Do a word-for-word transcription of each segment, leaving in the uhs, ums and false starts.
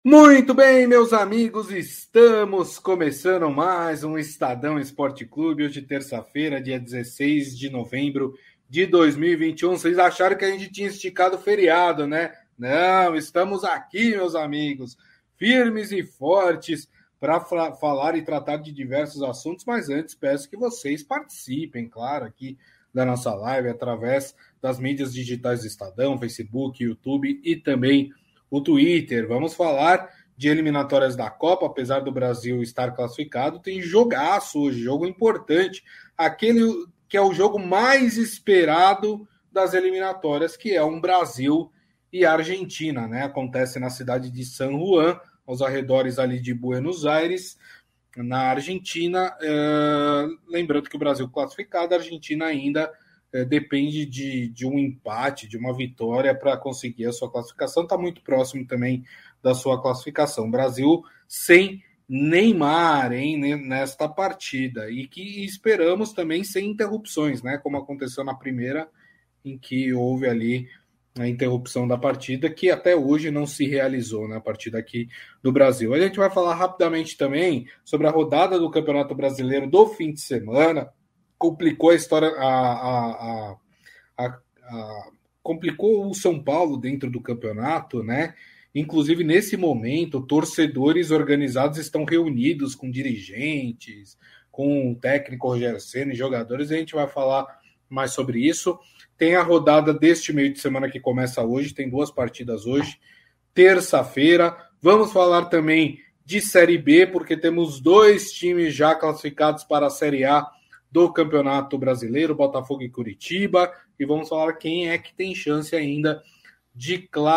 Muito bem, meus amigos, estamos começando mais um Estadão Esporte Clube, hoje terça-feira, dia dezesseis de novembro de dois mil e vinte e um. Vocês acharam que a gente tinha esticado o feriado, né? Não, estamos aqui, meus amigos, firmes e fortes para falar e tratar de diversos assuntos, mas antes peço que vocês participem, claro, aqui da nossa live através das mídias digitais do Estadão, Facebook, YouTube e também o Twitter. Vamos falar de eliminatórias da Copa, apesar do Brasil estar classificado, tem jogaço hoje, jogo importante, aquele que é o jogo mais esperado das eliminatórias, que é um Brasil e Argentina, né? Acontece na cidade de San Juan, aos arredores ali de Buenos Aires, na Argentina. Uh, lembrando que o Brasil classificado, a Argentina ainda É, depende de, de um empate, de uma vitória para conseguir a sua classificação. Está muito próximo também da sua classificação. Brasil sem Neymar, hein, nesta partida. E que esperamos também sem interrupções, né? Como aconteceu na primeira, em que houve ali a interrupção da partida, que até hoje não se realizou na partida aqui do Brasil. A gente vai falar rapidamente também sobre a rodada do Campeonato Brasileiro do fim de semana. Complicou a história, a, a, a, a, complicou o São Paulo dentro do campeonato, né? Inclusive, nesse momento, torcedores organizados estão reunidos com dirigentes, com o técnico Rogério Ceni, jogadores, e a gente vai falar mais sobre isso. Tem a rodada deste meio de semana que começa hoje, tem duas partidas hoje, terça-feira. Vamos falar também de Série B, porque temos dois times já classificados para a Série A do Campeonato Brasileiro, Botafogo e Curitiba, e vamos falar quem é que tem chance ainda de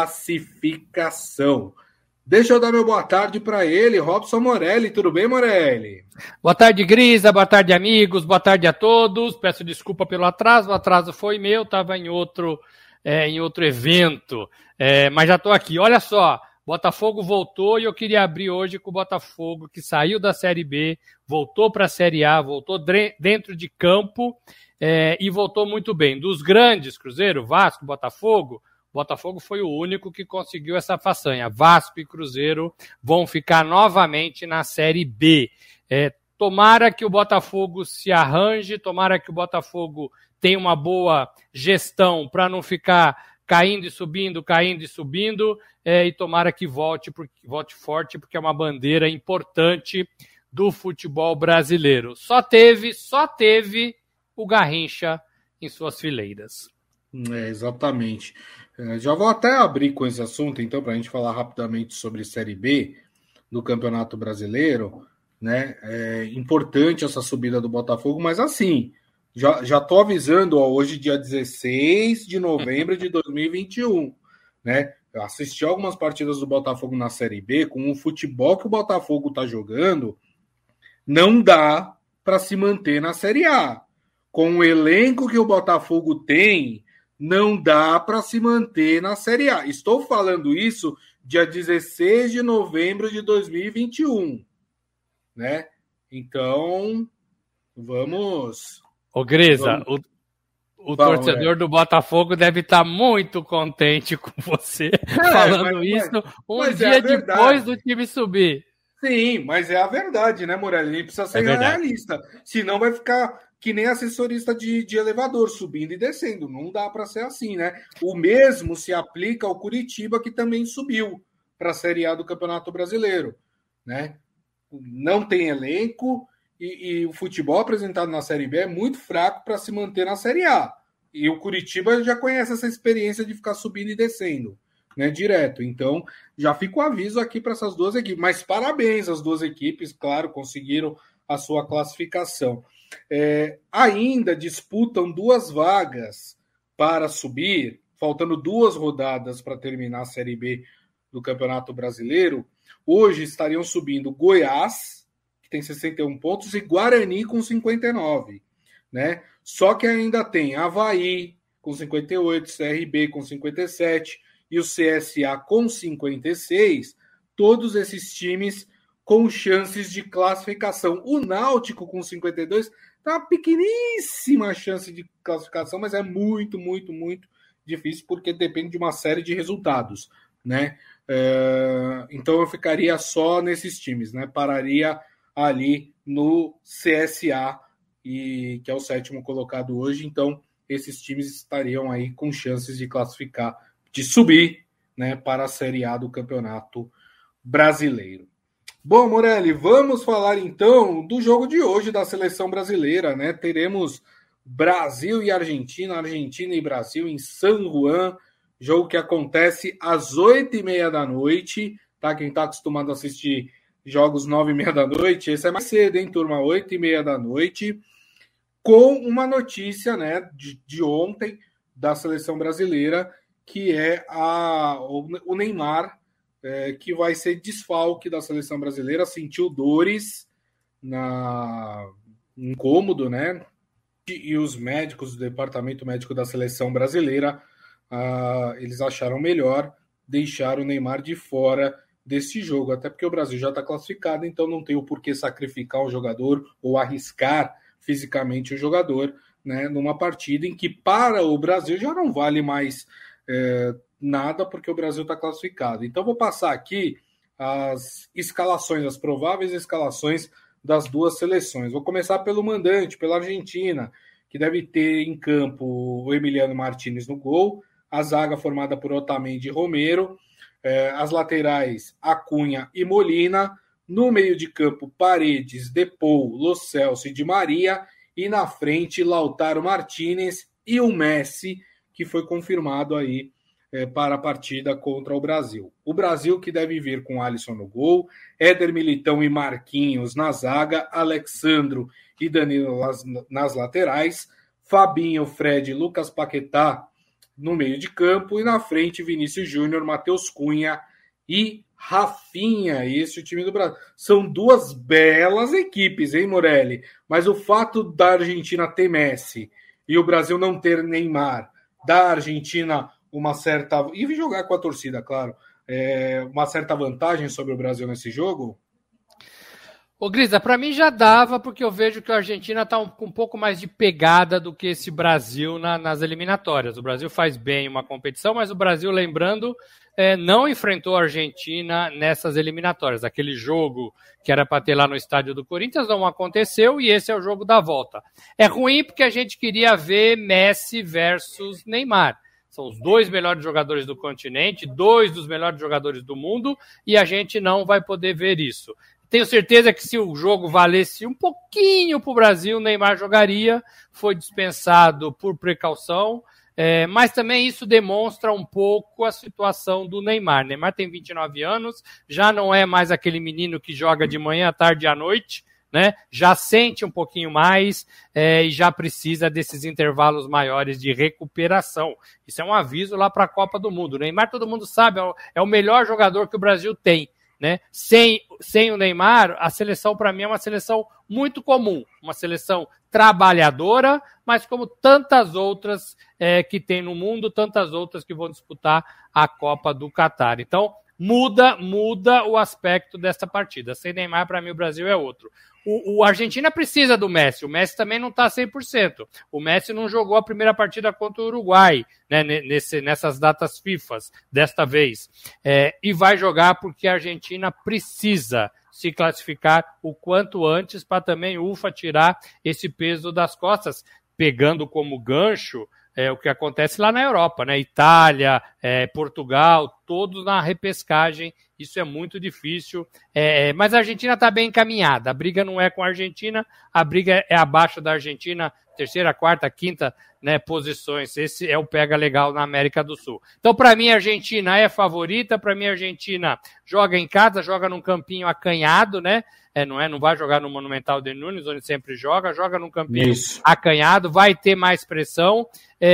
classificação. Deixa eu dar meu boa tarde para ele, Robson Morelli. Tudo bem, Morelli? Boa tarde, Grisa. Boa tarde, amigos. Boa tarde a todos. Peço desculpa pelo atraso. O atraso foi meu, estava em outro, é, em outro evento, é, mas já estou aqui. Olha só, Botafogo voltou e eu queria abrir hoje com o Botafogo, que saiu da Série B, voltou para a Série A, voltou dentro de campo é, e voltou muito bem. Dos grandes, Cruzeiro, Vasco, Botafogo, Botafogo foi o único que conseguiu essa façanha. Vasco e Cruzeiro vão ficar novamente na Série B. É, tomara que o Botafogo se arranje, tomara que o Botafogo tenha uma boa gestão para não ficar caindo e subindo, caindo e subindo, é, e tomara que volte, porque, volte forte, porque é uma bandeira importante do futebol brasileiro. Só teve, só teve o Garrincha em suas fileiras. É, exatamente. É, já vou até abrir com esse assunto, então, para a gente falar rapidamente sobre Série B do Campeonato Brasileiro, né? É importante essa subida do Botafogo, mas assim, já já estou avisando, ó, hoje, dia dezesseis de novembro de dois mil e vinte e um, né? Eu assisti algumas partidas do Botafogo na Série B, com o futebol que o Botafogo está jogando, não dá para se manter na Série A. Com o elenco que o Botafogo tem, não dá para se manter na Série A. Estou falando isso dia dezesseis de novembro de dois mil e vinte e um, né? Então, vamos... Ô, Grisa, vamos... o, o Fala, torcedor moleque. do Botafogo deve estar muito contente com você é, falando mas, isso mas, um mas dia é depois do time subir. Sim, mas é a verdade, né, Morelli? Ele precisa ser é realista. Senão vai ficar que nem assessorista de, de elevador, subindo e descendo. Não dá para ser assim, né? O mesmo se aplica ao Curitiba, que também subiu para a Série A do Campeonato Brasileiro, né? Não tem elenco e, e o futebol apresentado na Série B é muito fraco para se manter na Série A. E o Curitiba já conhece essa experiência de ficar subindo e descendo, né, direto. Então, já fica o aviso aqui para essas duas equipes. Mas parabéns às duas equipes, claro, conseguiram a sua classificação. É, ainda disputam duas vagas para subir, faltando duas rodadas para terminar a Série B do Campeonato Brasileiro. Hoje estariam subindo Goiás, que tem sessenta e um pontos, e Guarani com cinquenta e nove, né? Só que ainda tem Avaí com cinquenta e oito, C R B com cinquenta e sete e o C S A com cinquenta e seis, todos esses times com chances de classificação. O Náutico com cinquenta e dois tá uma pequeníssima chance de classificação, mas é muito, muito, muito difícil porque depende de uma série de resultados, né? É, então eu ficaria só nesses times, né? Pararia ali no C S A, e, que é o sétimo colocado hoje. Então esses times estariam aí com chances de classificar, de subir, né, para a Série A do Campeonato Brasileiro. Bom, Morelli, vamos falar então do jogo de hoje da seleção brasileira, né? Teremos Brasil e Argentina, Argentina e Brasil em San Juan, jogo que acontece às oito e meia da noite, tá? Quem está acostumado a assistir jogos nove e meia da noite, esse é mais cedo, hein, turma? Oito e meia da noite, com uma notícia, né, de, de ontem da seleção brasileira, que é a, o Neymar, é, que vai ser desfalque da seleção brasileira, sentiu dores na incômodo, né? E os médicos do departamento médico da seleção brasileira, uh, eles acharam melhor deixar o Neymar de fora desse jogo, até porque o Brasil já está classificado, então não tem o porquê sacrificar um jogador ou arriscar fisicamente o jogador, né, numa partida em que para o Brasil já não vale mais é, nada, porque o Brasil está classificado. Então vou passar aqui as escalações, as prováveis escalações das duas seleções. Vou começar pelo mandante, pela Argentina, que deve ter em campo o Emiliano Martínez no gol, a zaga formada por Otamendi e Romero, eh, as laterais Acunha e Molina, no meio de campo Paredes, Depou, Lo Celso e Di Maria, e na frente Lautaro Martínez e o Messi, que foi confirmado aí para a partida contra o Brasil. O Brasil que deve vir com Alisson no gol, Éder Militão e Marquinhos na zaga, Alexandro e Danilo nas laterais, Fabinho, Fred, Lucas Paquetá no meio de campo, e na frente Vinícius Júnior, Matheus Cunha e Rafinha. Esse é o time do Brasil. São duas belas equipes, hein, Morelli? Mas o fato da Argentina ter Messi e o Brasil não ter Neymar, da Argentina uma certa... E jogar com a torcida, claro. É, uma certa vantagem sobre o Brasil nesse jogo? Ô, Grisa, para mim já dava, porque eu vejo que a Argentina está um, com um pouco mais de pegada do que esse Brasil na, nas eliminatórias. O Brasil faz bem uma competição, mas o Brasil, lembrando, é, não enfrentou a Argentina nessas eliminatórias. Aquele jogo que era para ter lá no estádio do Corinthians não aconteceu, e esse é o jogo da volta. É ruim porque a gente queria ver Messi versus Neymar. São os dois melhores jogadores do continente, dois dos melhores jogadores do mundo, e a gente não vai poder ver isso. Tenho certeza que se o jogo valesse um pouquinho para o Brasil, o Neymar jogaria, foi dispensado por precaução, é, mas também isso demonstra um pouco a situação do Neymar. Neymar tem vinte e nove anos, já não é mais aquele menino que joga de manhã, à tarde e à noite, né? Já sente um pouquinho mais é, e já precisa desses intervalos maiores de recuperação. Isso é um aviso lá para a Copa do Mundo. O Neymar, todo mundo sabe, é o melhor jogador que o Brasil tem, né? Sem, sem o Neymar, a seleção para mim é uma seleção muito comum, uma seleção trabalhadora, mas como tantas outras é, que tem no mundo, tantas outras que vão disputar a Copa do Catar. Então, muda, muda o aspecto dessa partida. Sem Neymar, para mim, o Brasil é outro. O, o Argentina precisa do Messi. O Messi também não está cem por cento. O Messi não jogou a primeira partida contra o Uruguai, né, nesse, nessas datas FIFA, desta vez. É, e vai jogar porque a Argentina precisa se classificar o quanto antes para também, ufa, tirar esse peso das costas, pegando como gancho é, o que acontece lá na Europa, né? Itália, é, Portugal, todos na repescagem. Isso é muito difícil, é, mas a Argentina está bem encaminhada. A briga não é com a Argentina, a briga é abaixo da Argentina, terceira, quarta, quinta, né, posições. Esse é o pega legal na América do Sul. Então, para mim, a Argentina é favorita. Para mim, a Argentina joga em casa, joga num campinho acanhado, né? É, não, é, não vai jogar no Monumental de Nunes, onde sempre joga, joga num campinho Isso. acanhado, vai ter mais pressão,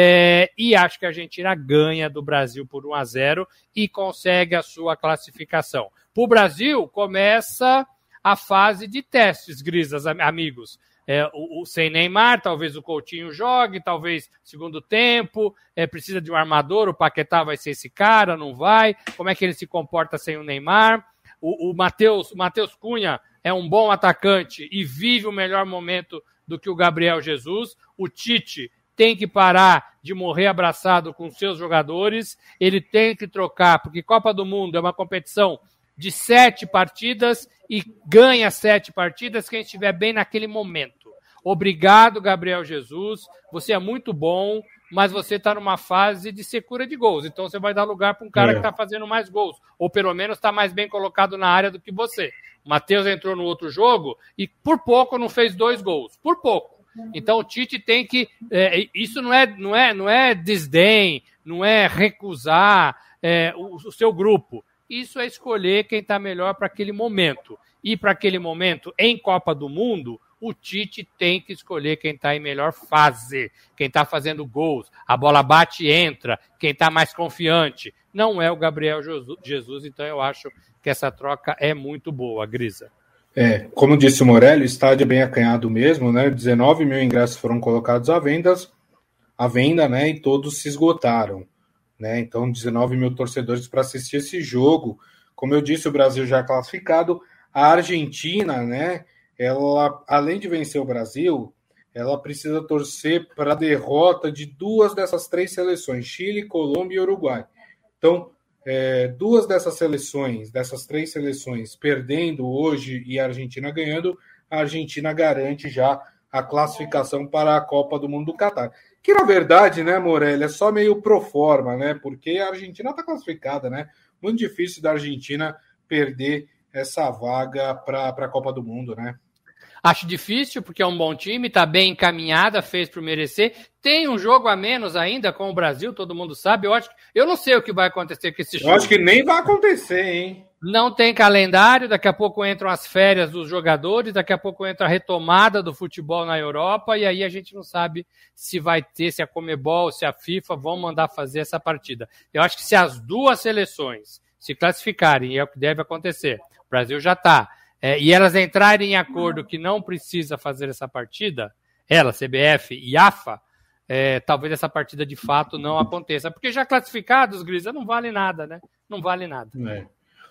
é, e acho que a Argentina ganha do Brasil por um a zero e consegue a sua classificação. Para o Brasil, começa a fase de testes, Grisas, amigos. É, o, o, sem Neymar, talvez o Coutinho jogue, talvez segundo tempo, é, precisa de um armador, o Paquetá vai ser esse cara, não vai, como é que ele se comporta sem o Neymar? O, o Matheus, o Matheus Cunha é um bom atacante e vive o melhor momento do que o Gabriel Jesus. O Tite tem que parar de morrer abraçado com seus jogadores, ele tem que trocar, porque Copa do Mundo é uma competição de sete partidas e ganha sete partidas quem estiver bem naquele momento. Obrigado, Gabriel Jesus, você é muito bom, mas você está numa fase de secura de gols, então você vai dar lugar para um cara é. que está fazendo mais gols, ou pelo menos está mais bem colocado na área do que você. O Matheus entrou no outro jogo e por pouco não fez dois gols, por pouco. Então o Tite tem que... É, isso não é, não, é, não é desdém, não é recusar é, o, o seu grupo. Isso é escolher quem está melhor para aquele momento. E para aquele momento, em Copa do Mundo, o Tite tem que escolher quem está em melhor fase, quem está fazendo gols, a bola bate e entra, quem está mais confiante. Não é o Gabriel Jesus, então eu acho que essa troca é muito boa, Grisa. É, como disse o Morelli, o estádio é bem acanhado mesmo, né? dezenove mil ingressos foram colocados à venda, à venda, né? E todos se esgotaram, né? Então, dezenove mil torcedores para assistir esse jogo. Como eu disse, o Brasil já é classificado. A Argentina, né? Ela, além de vencer o Brasil, ela precisa torcer para a derrota de duas dessas três seleções, Chile, Colômbia e Uruguai. Então, É, duas dessas seleções, dessas três seleções, perdendo hoje e a Argentina ganhando, a Argentina garante já a classificação para a Copa do Mundo do Catar. Que, na verdade, né, Morelli, é só meio pro forma, né? Porque a Argentina está classificada, né? Muito difícil da Argentina perder essa vaga para a Copa do Mundo, né? Acho difícil, porque é um bom time, está bem encaminhada, fez por merecer. Tem um jogo a menos ainda com o Brasil, todo mundo sabe. Eu, acho, eu não sei o que vai acontecer com esse jogo. Eu acho que nem vai acontecer, hein? Não tem calendário, daqui a pouco entram as férias dos jogadores, daqui a pouco entra a retomada do futebol na Europa, e aí a gente não sabe se vai ter, se a Conmebol, se a FIFA vão mandar fazer essa partida. Eu acho que se as duas seleções se classificarem, e é o que deve acontecer, o Brasil já está, É, e elas entrarem em acordo que não precisa fazer essa partida, ela, C B F e A F A, é, talvez essa partida de fato não aconteça. Porque já classificados, Grisa, não vale nada, né? Não vale nada. É.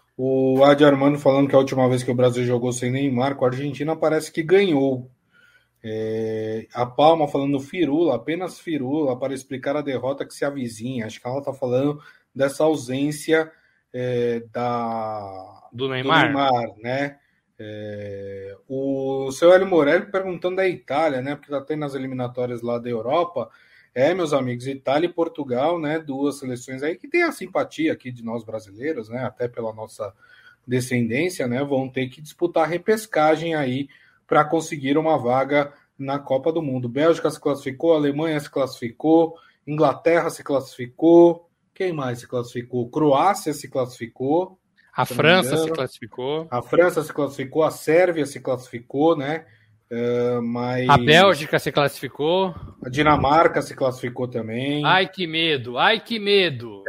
O Adi Armando falando que a última vez que o Brasil jogou sem Neymar, com a Argentina, parece que ganhou. É, a Palma falando firula, apenas firula, para explicar a derrota que se avizinha. Acho que ela está falando dessa ausência é, da, do Neymar, do Neymar, né? É, o seu Hélio Morelli perguntando da Itália, né? Porque tá tendo as eliminatórias lá da Europa. É, meus amigos, Itália e Portugal, né? Duas seleções aí que tem a simpatia aqui de nós brasileiros, né? Até pela nossa descendência, né? Vão ter que disputar a repescagem aí para conseguir uma vaga na Copa do Mundo. Bélgica se classificou, Alemanha se classificou, Inglaterra se classificou. Quem mais se classificou? Croácia se classificou. A França se classificou. A França se classificou, a Sérvia se classificou, né? Uh, mas... A Bélgica se classificou. A Dinamarca se classificou também. Ai, que medo! Ai, que medo!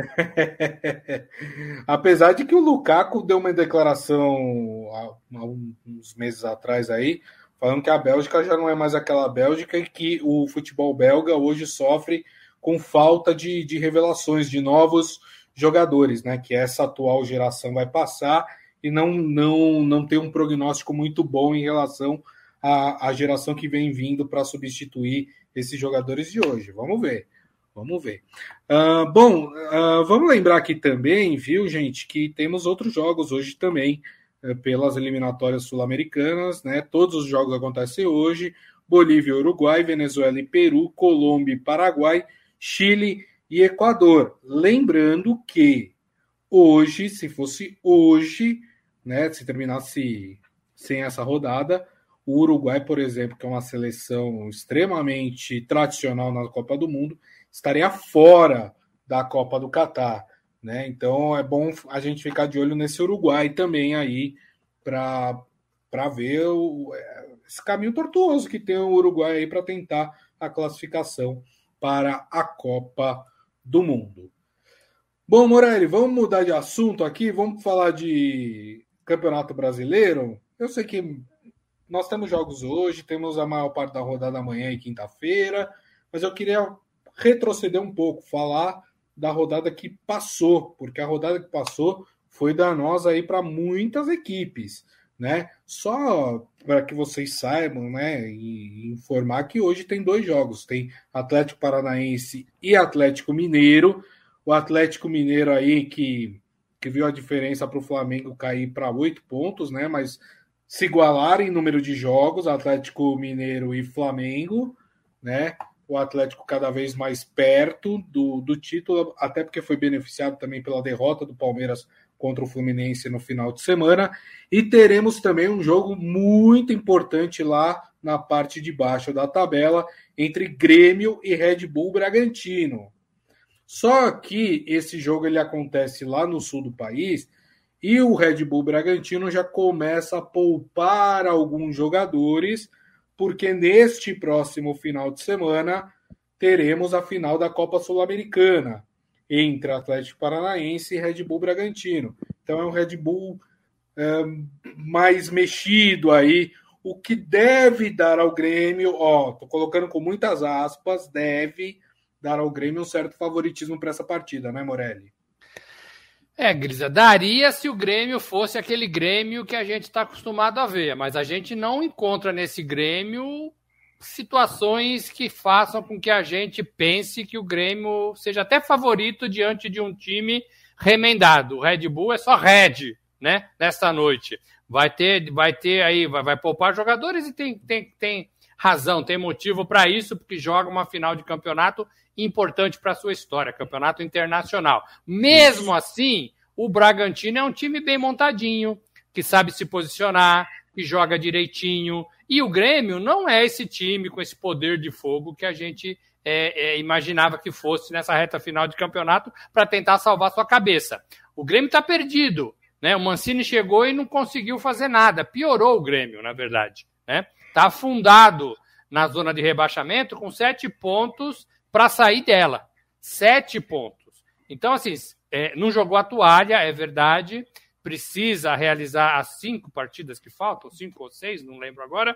Apesar de que o Lukaku deu uma declaração há uns meses atrás aí, falando que a Bélgica já não é mais aquela Bélgica e que o futebol belga hoje sofre com falta de, de revelações, de novos jogadores, né, que essa atual geração vai passar e não, não, não tem um prognóstico muito bom em relação à, à geração que vem vindo para substituir esses jogadores de hoje. Vamos ver, vamos ver. Uh, bom, uh, vamos lembrar aqui também, viu, gente, que temos outros jogos hoje também, uh, pelas eliminatórias sul-americanas, né, todos os jogos acontecem hoje, Bolívia, Uruguai, Venezuela e Peru, Colômbia e Paraguai, Chile e Equador. Lembrando que hoje, se fosse hoje, né, se terminasse sem essa rodada, o Uruguai, por exemplo, que é uma seleção extremamente tradicional na Copa do Mundo, estaria fora da Copa do Catar, né? Então é bom a gente ficar de olho nesse Uruguai também aí para para ver o, esse caminho tortuoso que tem o Uruguai aí para tentar a classificação para a Copa do Mundo. Bom, Morelli, vamos mudar de assunto aqui, vamos falar de Campeonato Brasileiro. Eu sei que nós temos jogos hoje, temos a maior parte da rodada amanhã e quinta-feira, mas eu queria retroceder um pouco, falar da rodada que passou, porque a rodada que passou foi danosa aí para muitas equipes, né? Só para que vocês saibam, né, e informar que hoje tem dois jogos, tem Atlético Paranaense e Atlético Mineiro. O Atlético Mineiro aí que, que viu a diferença para o Flamengo cair para oito pontos, né? Mas se igualarem em número de jogos, Atlético Mineiro e Flamengo, né? O Atlético cada vez mais perto do, do título, até porque foi beneficiado também pela derrota do Palmeiras contra o Fluminense no final de semana. E teremos também um jogo muito importante lá na parte de baixo da tabela, entre Grêmio e Red Bull Bragantino. Só que esse jogo ele acontece lá no sul do país e o Red Bull Bragantino já começa a poupar alguns jogadores, porque neste próximo final de semana teremos a final da Copa Sul-Americana entre Atlético Paranaense e Red Bull Bragantino. Então é um Red Bull é, mais mexido aí, o que deve dar ao Grêmio, ó, tô colocando com muitas aspas, deve dar ao Grêmio um certo favoritismo para essa partida, né, Morelli? É, Grisa, daria se o Grêmio fosse aquele Grêmio que a gente está acostumado a ver, mas a gente não encontra nesse Grêmio situações que façam com que a gente pense que o Grêmio seja até favorito diante de um time remendado. O Red Bull é só Red, né, nesta noite. Vai ter, vai ter aí, vai, vai poupar jogadores e tem, tem, tem razão, tem motivo para isso, porque joga uma final de campeonato importante para a sua história, campeonato internacional. Mesmo assim, o Bragantino é um time bem montadinho, que sabe se posicionar, que joga direitinho, e o Grêmio não é esse time com esse poder de fogo que a gente é, é, imaginava que fosse nessa reta final de campeonato para tentar salvar sua cabeça. O Grêmio está perdido, né? O Mancini chegou e não conseguiu fazer nada, piorou o Grêmio, na verdade, né? Está afundado na zona de rebaixamento com sete pontos para sair dela. Sete pontos. Então, assim, é, não jogou a toalha, é verdade. Precisa realizar as cinco partidas que faltam, cinco ou seis, não lembro agora.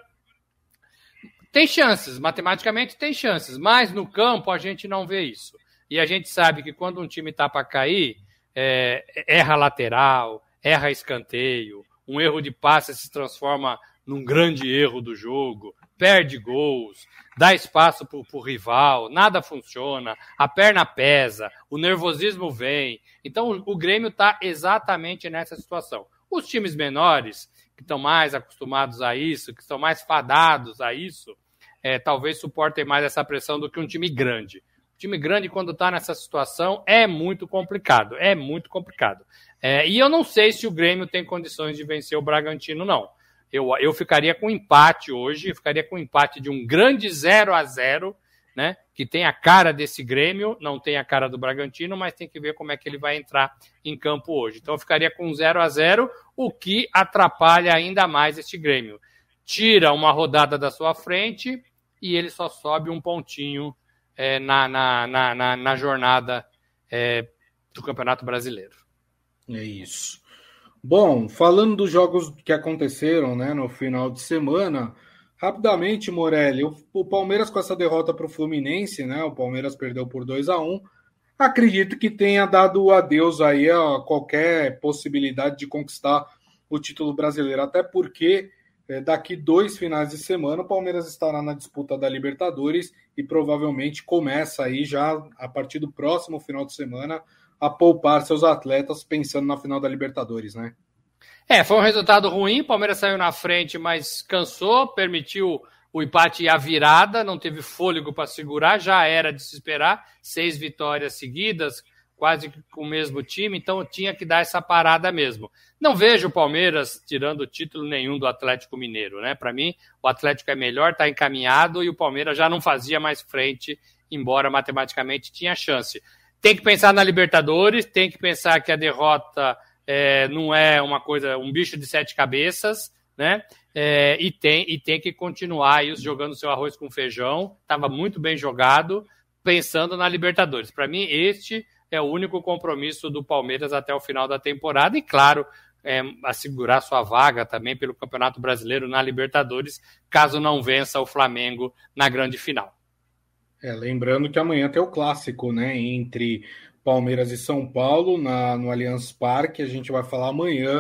Tem chances, matematicamente tem chances, mas no campo a gente não vê isso. E a gente sabe que quando um time está para cair, é, erra lateral, erra escanteio, um erro de passe se transforma num grande erro do jogo, perde gols, dá espaço para o rival, nada funciona, a perna pesa, o nervosismo vem. Então o, o Grêmio está exatamente nessa situação. Os times menores, que estão mais acostumados a isso, que estão mais fadados a isso, é, talvez suportem mais essa pressão do que um time grande. O time grande, quando está nessa situação, é muito complicado, é muito complicado. É, e eu não sei se o Grêmio tem condições de vencer o Bragantino, não. Eu, eu ficaria com empate hoje, eu ficaria com empate de um grande zero a zero, né, que tem a cara desse Grêmio, não tem a cara do Bragantino, mas tem que ver como é que ele vai entrar em campo hoje. Então eu ficaria com zero a zero, o que atrapalha ainda mais este Grêmio. Tira uma rodada da sua frente e ele só sobe um pontinho é, na, na, na, na, na jornada é, do Campeonato Brasileiro. É isso. Bom, falando dos jogos que aconteceram, né, no final de semana, rapidamente, Morelli, o, o Palmeiras com essa derrota para o Fluminense, né, o Palmeiras perdeu por dois a um, acredito que tenha dado adeus aí a qualquer possibilidade de conquistar o título brasileiro, até porque é, daqui dois finais de semana o Palmeiras estará na disputa da Libertadores e provavelmente começa aí já a partir do próximo final de semana a poupar seus atletas pensando na final da Libertadores, né? É, foi um resultado ruim, o Palmeiras saiu na frente, mas cansou, permitiu o empate e a virada, não teve fôlego para segurar, já era de se esperar, seis vitórias seguidas, quase com o mesmo time, então tinha que dar essa parada mesmo. Não vejo o Palmeiras tirando título nenhum do Atlético Mineiro, né? Para mim, o Atlético é melhor, está encaminhado e o Palmeiras já não fazia mais frente, embora matematicamente tinha chance. Tem que pensar na Libertadores, tem que pensar que a derrota é, não é uma coisa, um bicho de sete cabeças, né? É, e, tem, e tem que continuar aí jogando seu arroz com feijão. Estava muito bem jogado, pensando na Libertadores. Para mim, este é o único compromisso do Palmeiras até o final da temporada. E, claro, é, assegurar sua vaga também pelo Campeonato Brasileiro na Libertadores, caso não vença o Flamengo na grande final. É, lembrando que amanhã tem o clássico, né, entre Palmeiras e São Paulo na, no Allianz Parque. A gente vai falar amanhã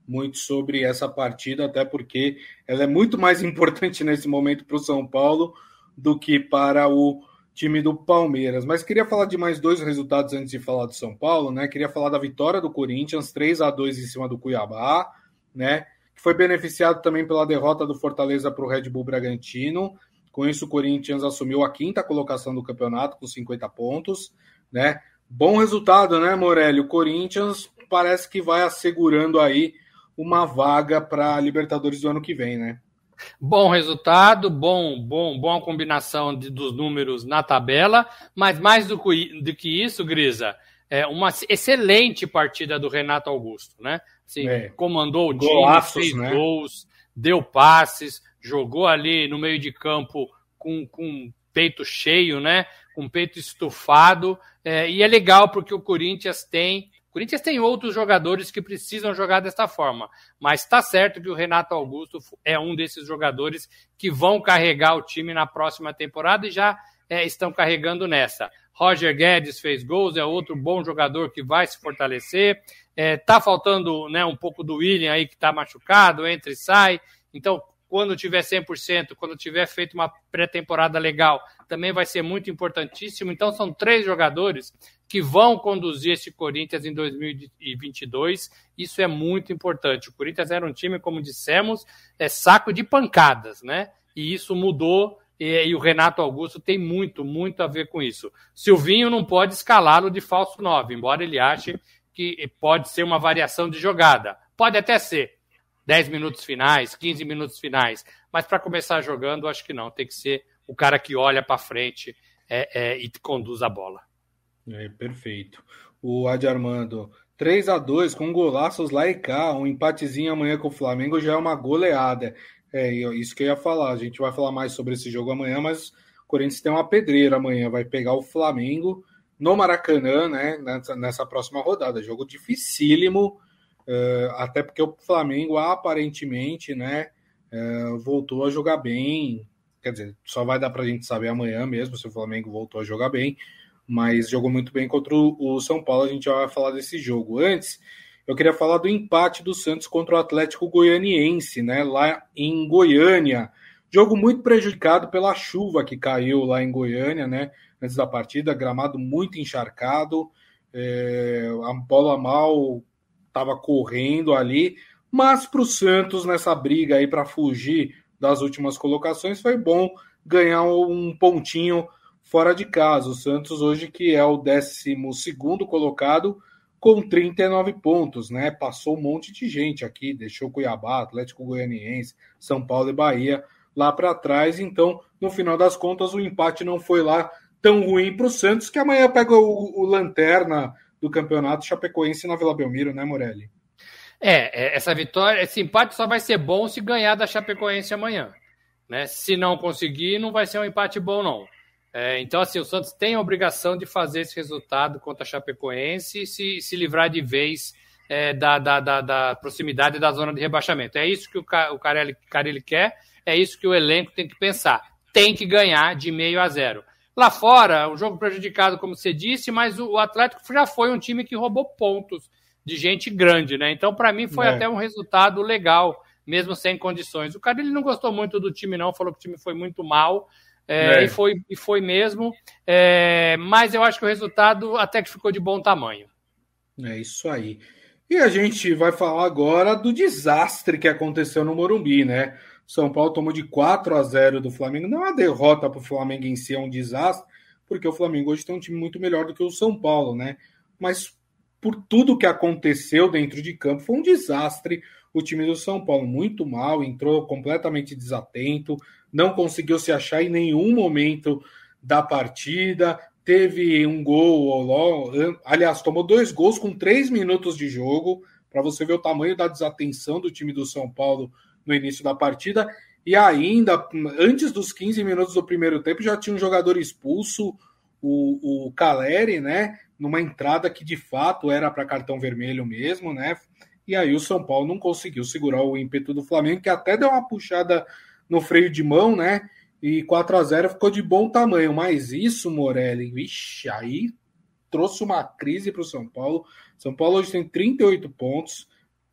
muito sobre essa partida, até porque ela é muito mais importante nesse momento para o São Paulo do que para o time do Palmeiras. Mas queria falar de mais dois resultados antes de falar do São Paulo, né? Queria falar da vitória do Corinthians, três a dois em cima do Cuiabá, né? Que foi beneficiado também pela derrota do Fortaleza para o Red Bull Bragantino. Com isso, o Corinthians assumiu a quinta colocação do campeonato com cinquenta pontos, né? Bom resultado, né, Morelli? O Corinthians parece que vai assegurando aí uma vaga para a Libertadores do ano que vem, né? Bom resultado, bom, bom, boa combinação de, dos números na tabela, mas mais do que, do que isso, Grisa, é uma excelente partida do Renato Augusto, né? Assim, é. Comandou o time, Golaços, fez né? gols, deu passes, jogou ali no meio de campo com, com peito cheio, né? Com peito estufado, é, e é legal porque o Corinthians tem O Corinthians tem outros jogadores que precisam jogar desta forma, mas está certo que o Renato Augusto é um desses jogadores que vão carregar o time na próxima temporada e já é, estão carregando nessa. Roger Guedes fez gols, é outro bom jogador que vai se fortalecer. Está é, faltando, né, um pouco do William aí que está machucado, entra e sai. Então, quando tiver cem por cento, quando tiver feito uma pré-temporada legal, também vai ser muito importantíssimo. Então, são três jogadores que vão conduzir esse Corinthians em dois mil e vinte e dois. Isso é muito importante. O Corinthians era um time, como dissemos, é saco de pancadas, né? E isso mudou, e, e o Renato Augusto tem muito, muito a ver com isso. Silvinho não pode escalá-lo de falso nove, embora ele ache que pode ser uma variação de jogada. Pode até ser. dez minutos finais, quinze minutos finais. Mas para começar jogando, acho que não. Tem que ser o cara que olha para frente é, é, e conduz a bola. É, perfeito. O Adi Armando, três a dois com golaços lá e cá, um empatezinho amanhã com o Flamengo já é uma goleada. É isso que eu ia falar. A gente vai falar mais sobre esse jogo amanhã, mas o Corinthians tem uma pedreira amanhã. Vai pegar o Flamengo no Maracanã, né? Nessa, nessa próxima rodada. Jogo dificílimo. Uh, até porque o Flamengo aparentemente, né, uh, voltou a jogar bem, quer dizer, só vai dar para a gente saber amanhã mesmo se o Flamengo voltou a jogar bem, mas jogou muito bem contra o, o São Paulo. A gente já vai falar desse jogo. Antes, eu queria falar do empate do Santos contra o Atlético Goianiense, né, lá em Goiânia. Jogo muito prejudicado pela chuva que caiu lá em Goiânia, né, antes da partida, gramado muito encharcado, é, a bola mal estava correndo ali, mas para o Santos nessa briga aí para fugir das últimas colocações foi bom ganhar um pontinho fora de casa. O Santos hoje que é o décimo segundo colocado com trinta e nove pontos, né? Passou um monte de gente aqui, deixou Cuiabá, Atlético Goianiense, São Paulo e Bahia lá para trás. Então, no final das contas, o empate não foi lá tão ruim para o Santos, que amanhã pega o, o lanterna do campeonato Chapecoense na Vila Belmiro, né, Morelli? É, essa vitória, esse empate só vai ser bom se ganhar da Chapecoense amanhã, né? Se não conseguir, não vai ser um empate bom, não. É, então, assim, o Santos tem a obrigação de fazer esse resultado contra a Chapecoense e se, se livrar de vez é, da, da, da, da proximidade da zona de rebaixamento. É isso que o, o Carelli, Carelli quer, é isso que o elenco tem que pensar. Tem que ganhar de meio a zero. Lá fora, um jogo prejudicado, como você disse, mas o Atlético já foi um time que roubou pontos de gente grande, né? Então, para mim, foi é. até um resultado legal, mesmo sem condições. O cara ele não gostou muito do time, não, falou que o time foi muito mal, é, é. E, foi, e foi mesmo, é, mas eu acho que o resultado até que ficou de bom tamanho. É isso aí. E a gente vai falar agora do desastre que aconteceu no Morumbi, né? São Paulo tomou de quatro a zero do Flamengo. Não é uma derrota para o Flamengo em si, é um desastre, porque o Flamengo hoje tem um time muito melhor do que o São Paulo, né? Mas por tudo que aconteceu dentro de campo, foi um desastre o time do São Paulo. Muito mal, entrou completamente desatento, não conseguiu se achar em nenhum momento da partida. Teve um gol, aliás, tomou dois gols com três minutos de jogo, para você ver o tamanho da desatenção do time do São Paulo no início da partida, e ainda, antes dos quinze minutos do primeiro tempo, já tinha um jogador expulso, o, o Caleri, né, numa entrada que de fato era para cartão vermelho mesmo, né, e aí o São Paulo não conseguiu segurar o ímpeto do Flamengo, que até deu uma puxada no freio de mão, né, e quatro a zero ficou de bom tamanho, mas isso, Morelli, vixe, aí trouxe uma crise para o São Paulo. São Paulo hoje tem trinta e oito pontos,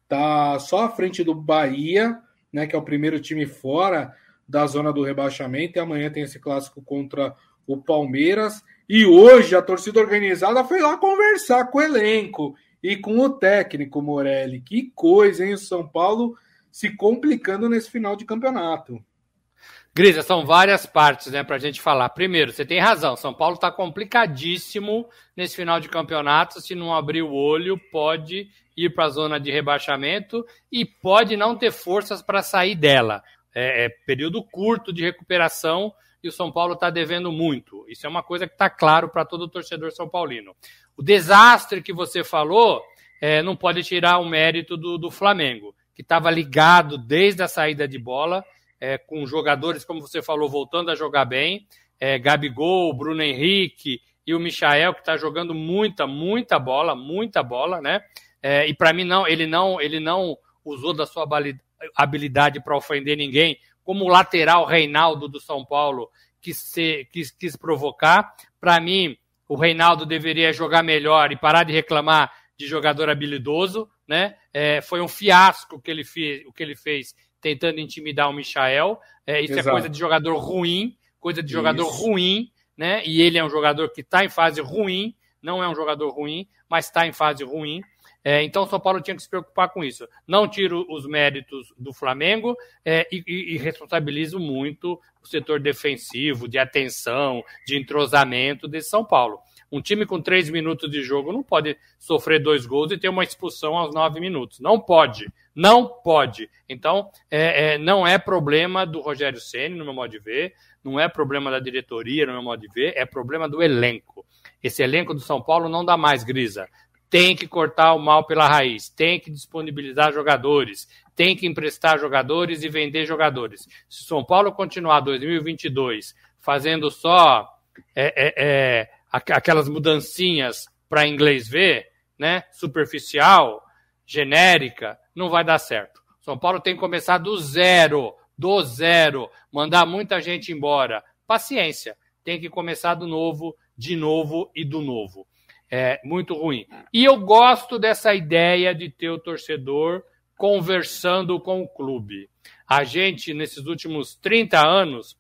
está só à frente do Bahia, né, que é o primeiro time fora da zona do rebaixamento, e amanhã tem esse clássico contra o Palmeiras. E hoje a torcida organizada foi lá conversar com o elenco e com o técnico Morelli. Que coisa, hein? O São Paulo se complicando nesse final de campeonato. Grisa, são várias partes, né, para a gente falar. Primeiro, você tem razão, São Paulo está complicadíssimo nesse final de campeonato. Se não abrir o olho, pode ir para a zona de rebaixamento e pode não ter forças para sair dela. É, é período curto de recuperação e o São Paulo está devendo muito. Isso é uma coisa que está claro para todo torcedor são paulino. O desastre que você falou é, não pode tirar o mérito do, do Flamengo, que estava ligado desde a saída de bola, É, com jogadores, como você falou, voltando a jogar bem, é, Gabigol, Bruno Henrique e o Michael, que está jogando muita, muita bola, muita bola, né? É, e para mim, não, ele, não, ele não usou da sua habilidade para ofender ninguém, como o lateral Reinaldo do São Paulo quis, ser, quis, quis provocar. Para mim, o Reinaldo deveria jogar melhor e parar de reclamar de jogador habilidoso, né? É, foi um fiasco que ele fez, o que ele fez tentando intimidar o Michael. É, isso Exato. É coisa de jogador ruim, coisa de jogador isso. ruim, né? E ele é um jogador que está em fase ruim, não é um jogador ruim, mas está em fase ruim. É, então o São Paulo tinha que se preocupar com isso. Não tiro os méritos do Flamengo é, e, e responsabilizo muito o setor defensivo, de atenção, de entrosamento desse São Paulo. Um time com três minutos de jogo não pode sofrer dois gols e ter uma expulsão aos nove minutos. Não pode. Não pode. Então, é, é, não é problema do Rogério Ceni, no meu modo de ver, não é problema da diretoria, no meu modo de ver, é problema do elenco. Esse elenco do São Paulo não dá mais, Grisa. Tem que cortar o mal pela raiz, tem que disponibilizar jogadores, tem que emprestar jogadores e vender jogadores. Se o São Paulo continuar dois mil e vinte e dois fazendo só é, é, é, aquelas mudancinhas para inglês ver, né, superficial, genérica, não vai dar certo. São Paulo tem que começar do zero, do zero, mandar muita gente embora. Paciência, tem que começar do novo, de novo e do novo. É muito ruim. E eu gosto dessa ideia de ter o torcedor conversando com o clube. A gente, nesses últimos trinta anos,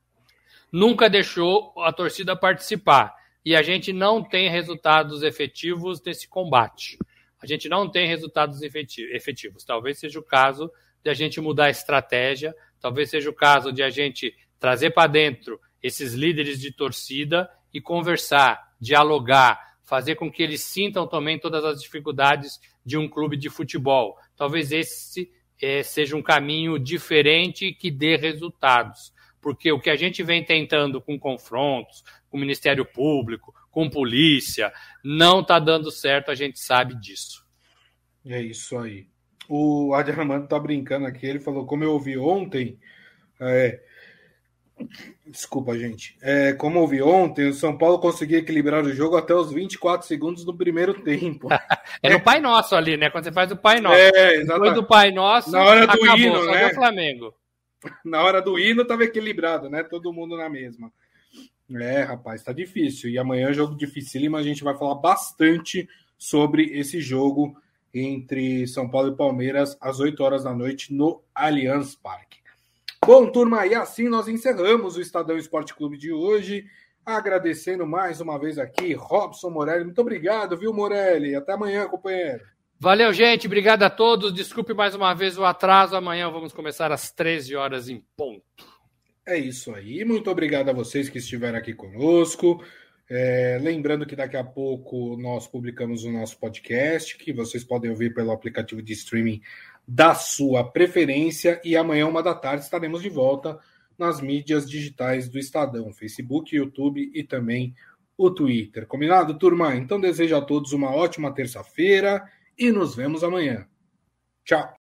nunca deixou a torcida participar. E a gente não tem resultados efetivos nesse combate. A gente não tem resultados efetivos. Talvez seja o caso de a gente mudar a estratégia, talvez seja o caso de a gente trazer para dentro esses líderes de torcida e conversar, dialogar, fazer com que eles sintam também todas as dificuldades de um clube de futebol. Talvez esse é, seja um caminho diferente que dê resultados. Porque o que a gente vem tentando com confrontos, com o Ministério Público, com polícia, não está dando certo, a gente sabe disso. É isso aí. O Adi Armando está brincando aqui, ele falou, como eu ouvi ontem... É... Desculpa, gente. É, como eu ouvi ontem, o São Paulo conseguia equilibrar o jogo até os vinte e quatro segundos do primeiro tempo. É no Pai Nosso ali, né? Quando você faz o Pai Nosso. É, exatamente. Depois do Pai Nosso, na hora do acabou, hino, só né? deu o Flamengo. Na hora do hino estava equilibrado, né? Todo mundo na mesma. É, rapaz, tá difícil. E amanhã é jogo dificílimo, a gente vai falar bastante sobre esse jogo entre São Paulo e Palmeiras às oito horas da noite no Allianz Parque. Bom, turma, e assim nós encerramos o Estadão Esporte Clube de hoje, agradecendo mais uma vez aqui Robson Morelli. Muito obrigado, viu, Morelli? Até amanhã, companheiro. Valeu, gente. Obrigado a todos. Desculpe mais uma vez o atraso. Amanhã vamos começar às treze horas em ponto. É isso aí. Muito obrigado a vocês que estiveram aqui conosco. É, lembrando que daqui a pouco nós publicamos o nosso podcast, que vocês podem ouvir pelo aplicativo de streaming da sua preferência, e amanhã, uma da tarde, estaremos de volta nas mídias digitais do Estadão, Facebook, YouTube e também o Twitter. Combinado, turma? Então desejo a todos uma ótima terça-feira e nos vemos amanhã. Tchau!